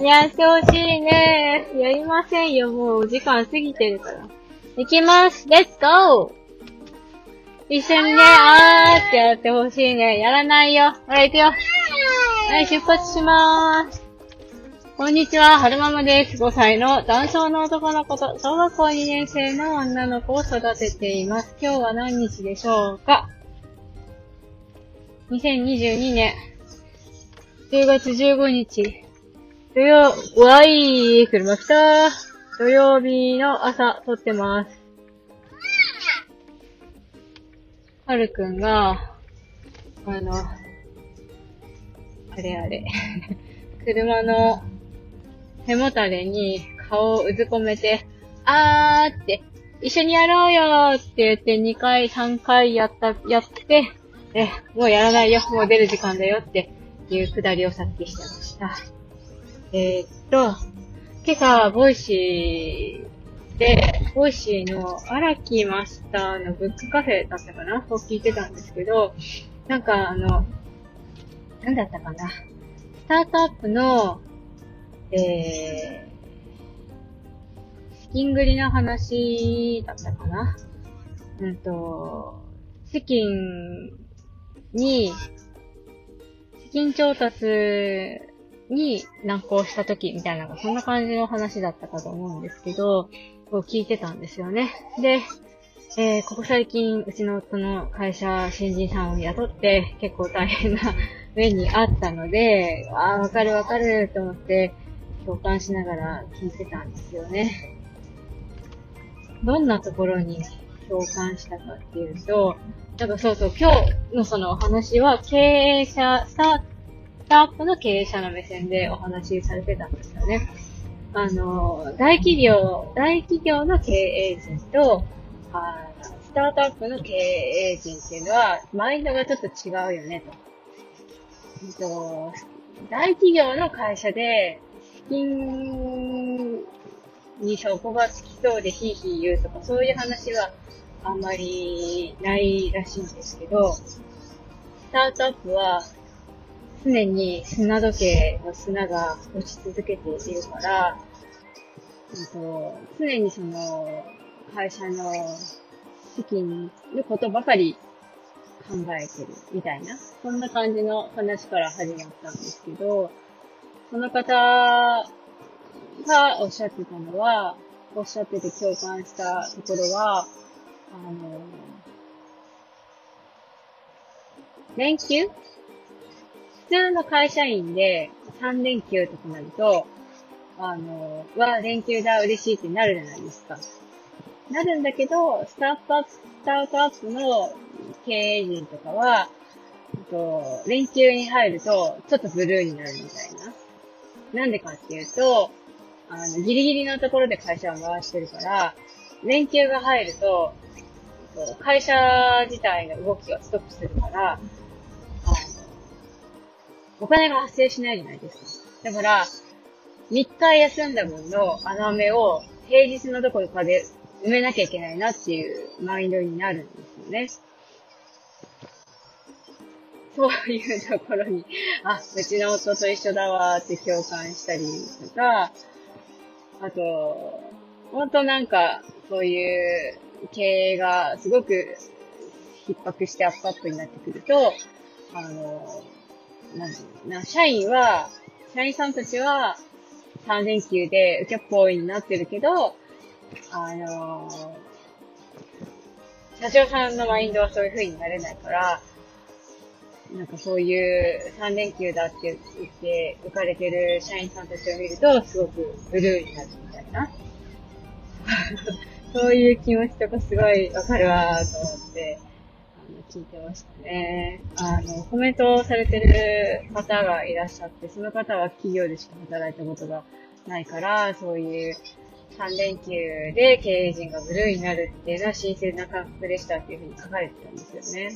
やってほしいね。やりませんよ。もうお時間過ぎてるから。行きます。レッツゴー。一緒にね、あーってやってほしいね。やらないよ。ほら行くよ。はい、出発しまーす。こんにちは、はるままです。5歳の男性の男の子と小学校2年生の女の子を育てています。今日は何日でしょうか？ 2022 年10月15日土曜、わいー、車来たー。土曜日の朝撮ってます。はるくんが、あれ、車の背もたれに顔をうずこめて、あーって、一緒にやろうよーって言って2回、3回やって、もうやらないよ、もう出る時間だよっていうくだりをさっきしてました。今朝、ボイシーの荒木マスターのブックカフェだったかなを聞いてたんですけど、なんかなんだったかな、スタートアップの、資金繰りの話だったかな。資金調達に難航した時みたいな、そんな感じの話だったかと思うんですけど、聞いてたんですよね。で、ここ最近、うちの夫の会社、新人さんを雇って、結構大変な目にあったので、わかると思って、共感しながら聞いてたんですよね。どんなところに共感したかっていうと、なんかそう、今日のそのお話は、スタートアップの経営者の目線でお話しされてたんですよね。大企業の経営陣と、スタートアップの経営陣っていうのは、マインドがちょっと違うよねと。大企業の会社で、資金に底がつきそうでヒーヒー言うとか、そういう話はあんまりないらしいんですけど、スタートアップは常に砂時計の砂が落ち続けているから、常にその会社の資金のことばかり考えてるみたいな、そんな感じの話から始まったんですけど、その方がおっしゃってたのは、おっしゃってて共感したところは、連休？普通の会社員で3連休とかなると、連休だ、嬉しいってなるじゃないですか。なるんだけど、スタートアップの経営陣とかは、連休に入ると、ちょっとブルーになるみたいな。なんでかっていうと、ギリギリのところで会社を回してるから、連休が入ると、会社自体の動きがストップするから、お金が発生しないじゃないですか。だから、3日休んだ分の穴埋めを平日のどこかで埋めなきゃいけないなっていうマインドになるんですよね。そういうところに、うちの夫と一緒だわーって共感したりとか、あと、ほんとなんか、そういう経営がすごく逼迫してアップになってくると、社員さんたちは3連休で受けっぽいになってるけど、社長さんのマインドはそういう風になれないから、なんかそういう3連休だって言って浮かれてる社員さんたちを見ると、すごくブルーになるみたいな。そういう気持ちとかすごいわかるわーと思って、聞いてましたね。コメントをされてる方がいらっしゃって、その方は企業でしか働いたことがないから、そういう3連休で経営陣がブルーになるっていうのは新鮮な感覚でしたっていうふうに書かれてたんですよね。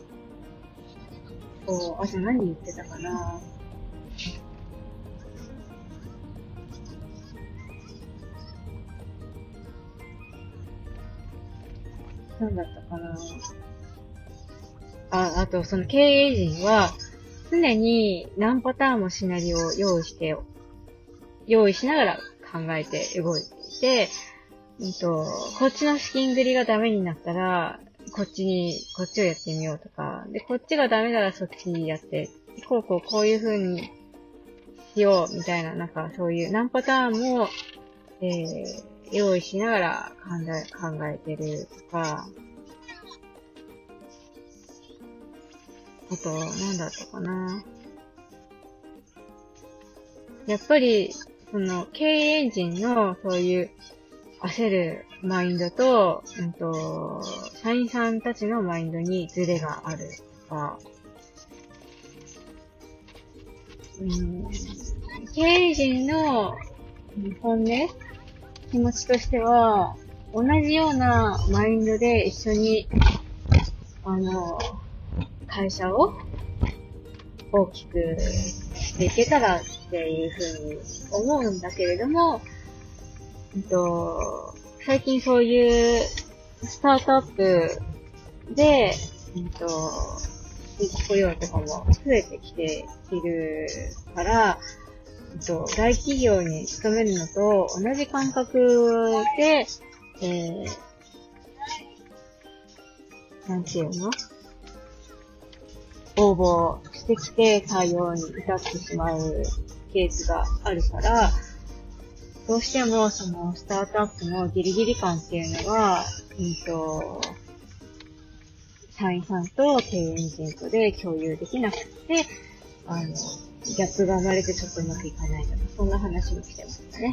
あと何言ってたかな。何だったかな。あとその経営陣は常に何パターンもシナリオを用意用意しながら考えて動いていて、こっちの資金繰りがダメになったら、こっちをやってみようとか、で、こっちがダメならそっちやって、こういう風にしようみたいな、なんかそういう何パターンも、用意しながら考えてるとか、あと、なんだったかな。やっぱり、経営エンジンのそういう焦るマインドと、社員さんたちのマインドにズレがあるとか、経営陣の本音、気持ちとしては、同じようなマインドで一緒に、会社を大きくしていけたらっていうふうに思うんだけれども、最近そういうスタートアップで、雇用とかも増えてきているから、大企業に勤めるのと同じ感覚で、なんていうの？応募してきて採用に至ってしまうケースがあるから、どうしてもそのスタートアップのギリギリ感っていうのが、社員さんと経営陣とで共有できなくて、ギャップが生まれてちょっとうまくいかないとか、そんな話もしてましたね。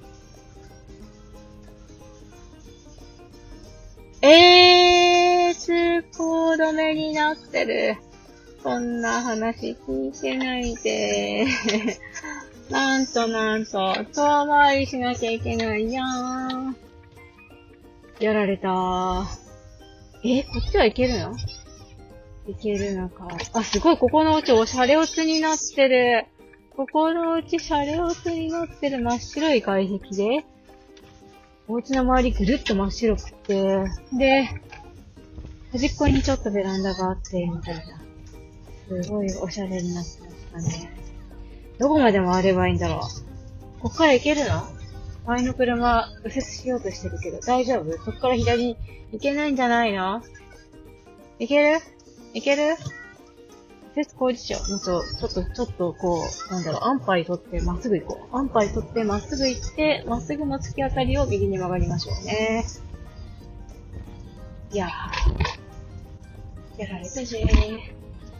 通行止めになってる。そんな話聞いてないで。なんと、遠回りしなきゃいけないやん。やられた。こっちは行けるの？行けるのか。あ、すごい、ここのうちシャレオツになってる。ここのうちシャレオツになってる真っ白い外壁で、お家の周りぐるっと真っ白くて、で、端っこにちょっとベランダがあって、みたいな。すごいおしゃれになってましたね。どこまで回ればいいんだろう。こっから行けるの？前の車、右折しようとしてるけど、大丈夫？そっから左に行けないんじゃないの？行ける？右折工事長。ちょっとこう、安牌取ってまっすぐ行こう。安牌取ってまっすぐ行って、まっすぐの突き当たりを右に曲がりましょうね。いやー、やられたぜー。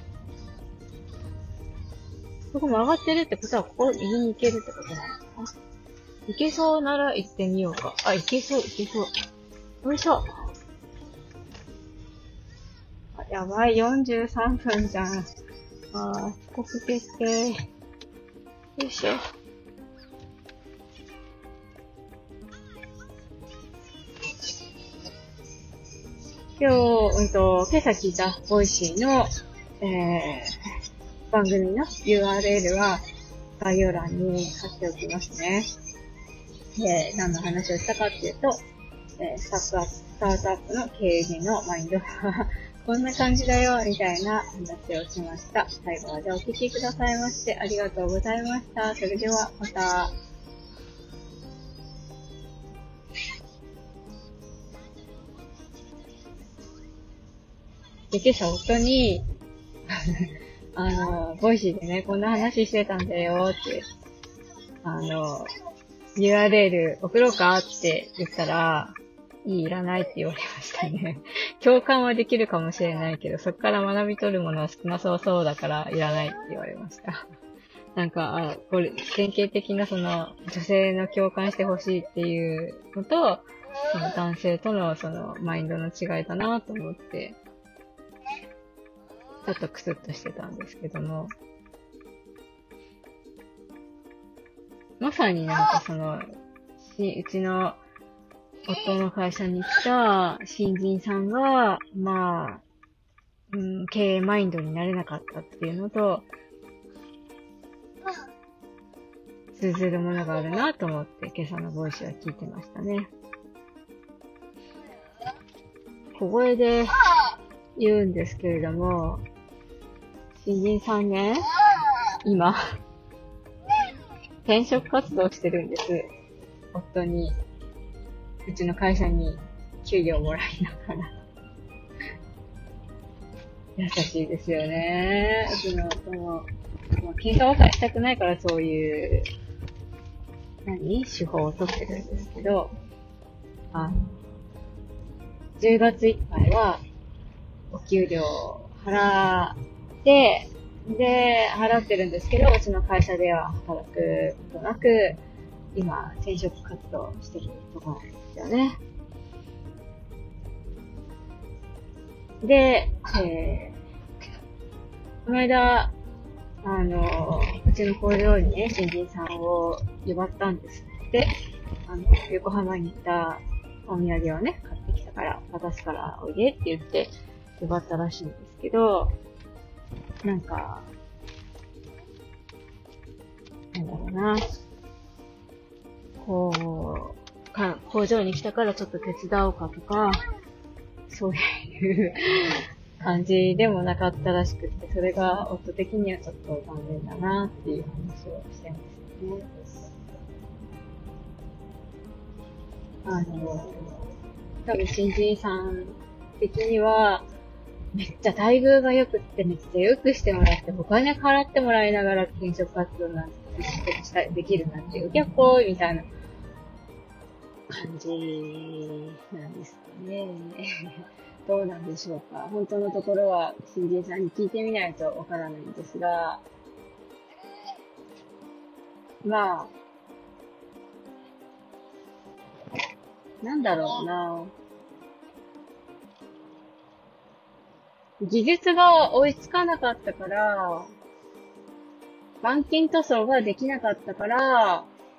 ここ曲がってるってことは、ここ右に行けるってことなのか？行けそうなら行ってみようか。あ、行けそう。よいしょ。やばい、43分じゃん。遅刻決定。よいしょ。今朝聞いたボイシーの、番組の URL は概要欄に貼っておきますね。何の話をしたかっていうと、スタートアップの経営陣のマインドこんな感じだよ、みたいな話をしました。最後までお聞きくださいましてありがとうございました。それではまた。で、今朝夫にボイシーでね、こんな話してたんだよって、URL 送ろうかって言ったら、いらないって言われましたね。共感はできるかもしれないけど、そこから学び取るものは少なそうだからいらないって言われました。なんか、これ、典型的な女性の共感してほしいっていうのと、その男性とのマインドの違いだなと思って、ちょっとクスッとしてたんですけども、まさになんかうちの夫の会社に来た新人さんが、経営マインドになれなかったっていうのと、通ずるものがあるなと思って今朝のボイスは聞いてましたね。小声で言うんですけれども、新人3年今転職活動してるんです。夫に、うちの会社に給料もらいながら。優しいですよね。うちの夫も、喧嘩別れしたくないからそういう、手法を取ってるんですけど、10月いっぱいは、お給料払って、で、払ってるんですけど、うちの会社では働くことなく、今、転職活動してるところなんですよね。で、この間、うちの工場にね、新人さんを呼ばったんですって、横浜に行ったお土産をね、買ってきたから、渡すからおいでって言って呼ばったらしいんですけど、なんか、なんだろうな、工場に来たからちょっと手伝おうかとか、そういう感じでもなかったらしくて、それが夫的にはちょっと残念だなっていう話をしてますね。多分新人さん的には、めっちゃ待遇が良くってめっちゃ良くしてもらって、お金払ってもらいながら転職活動なんてできるなんて、結構みたいな感じなんですかね。どうなんでしょうか。本当のところは新人さんに聞いてみないとわからないんですが、まあ、なんだろうな。技術が追いつかなかったから、板金塗装ができなかったから、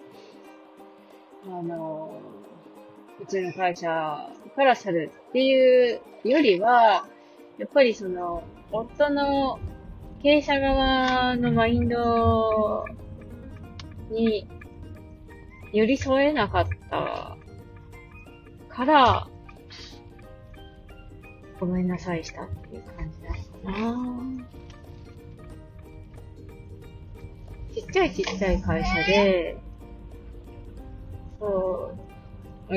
うちの会社から去るっていうよりは、やっぱり夫の経営者側のマインドに寄り添えなかったから、ごめんなさいしたっていう感じだったな。ちっちゃい会社で、そう、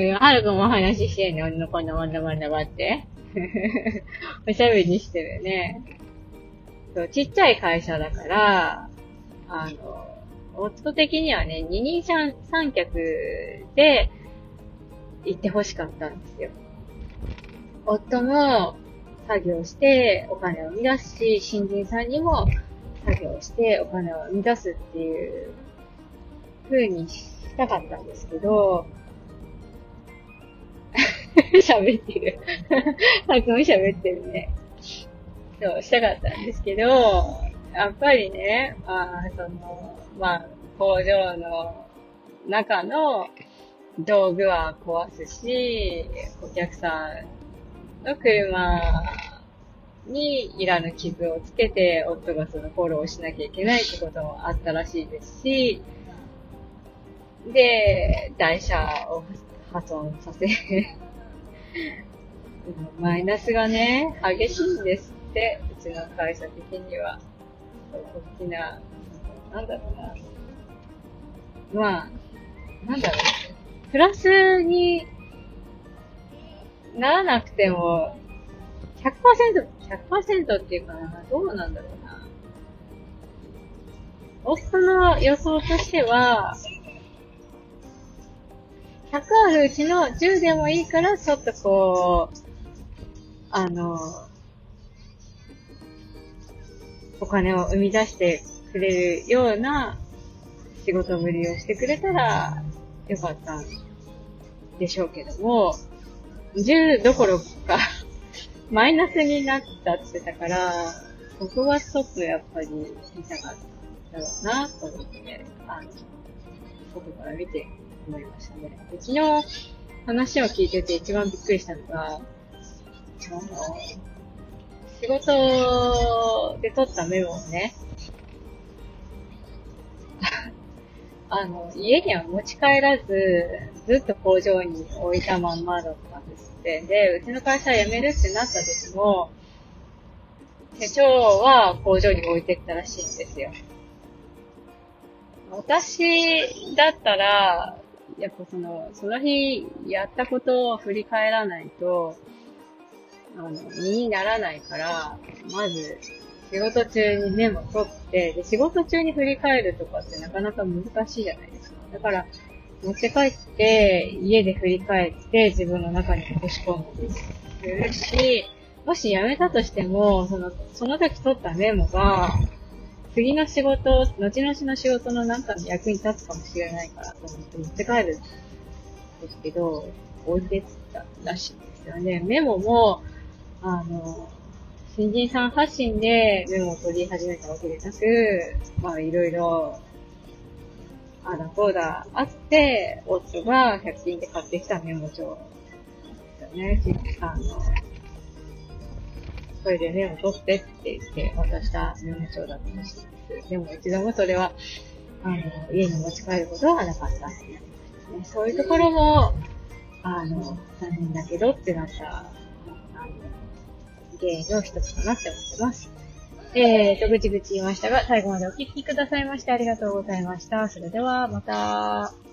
はるくんも話してんね、女の子のまんだまんだばって。おしゃべりしてるね。そう、ちっちゃい会社だから、夫的にはね、二人三脚で行ってほしかったんですよ。夫も作業してお金を生み出すし、新人さんにも作業してお金を生み出すっていう風にしたかったんですけど、喋ってる。はるくんも喋ってるね。そう、したかったんですけど、やっぱりね、工場の中の道具は壊すし、お客さんの車にいらぬ傷をつけて、夫がそのフォローしなきゃいけないってこともあったらしいですし、で、台車を破損させ、マイナスがね、激しいんですって、うちの会社的には。大きな、なんだろうな。まあ、なんだろう。プラスにならなくても、100% っていうかな、どうなんだろうな。夫の予想としては、100あるうちの10でもいいから、ちょっとこう、お金を生み出してくれるような仕事ぶりをしてくれたらよかったんでしょうけども、10どころかマイナスになったって言ってたから、そこはちょっとやっぱり見たかったんだろうなと思って、外から見て思いましたね。昨日話を聞いてて一番びっくりしたのが、仕事で取ったメモをね、家には持ち帰らず、ずっと工場に置いたまんまだったんですって。で、うちの会社辞めるってなった時も、手帳は工場に置いてったらしいんですよ。 私だったら、やっぱその日やったことを振り返らないと、身にならないから、まず、仕事中にメモ取って、で、仕事中に振り返るとかってなかなか難しいじゃないですか。だから、持って帰って、家で振り返って自分の中に落とし込んでいくし、もし辞めたとしても、その時取ったメモが、次の仕事、後々の仕事のなんかの役に立つかもしれないからと思って持って帰るんですけど、置いてったらしいんですよね。メモも、新人さん発信でメモを取り始めたわけでなく、いろいろ、こうだ、あって、夫が100均で買ってきたメモ帳ですよね。それでメモ取ってって言って渡したメモ帳だったらしいです。でも一度もそれは、家に持ち帰ることはなかったって言ってましたね。そういうところも、残念だけどってなった、原因の一つかなって思ってます。ぐちぐち言いましたが、最後までお聞きくださいましてありがとうございました。それでは、また。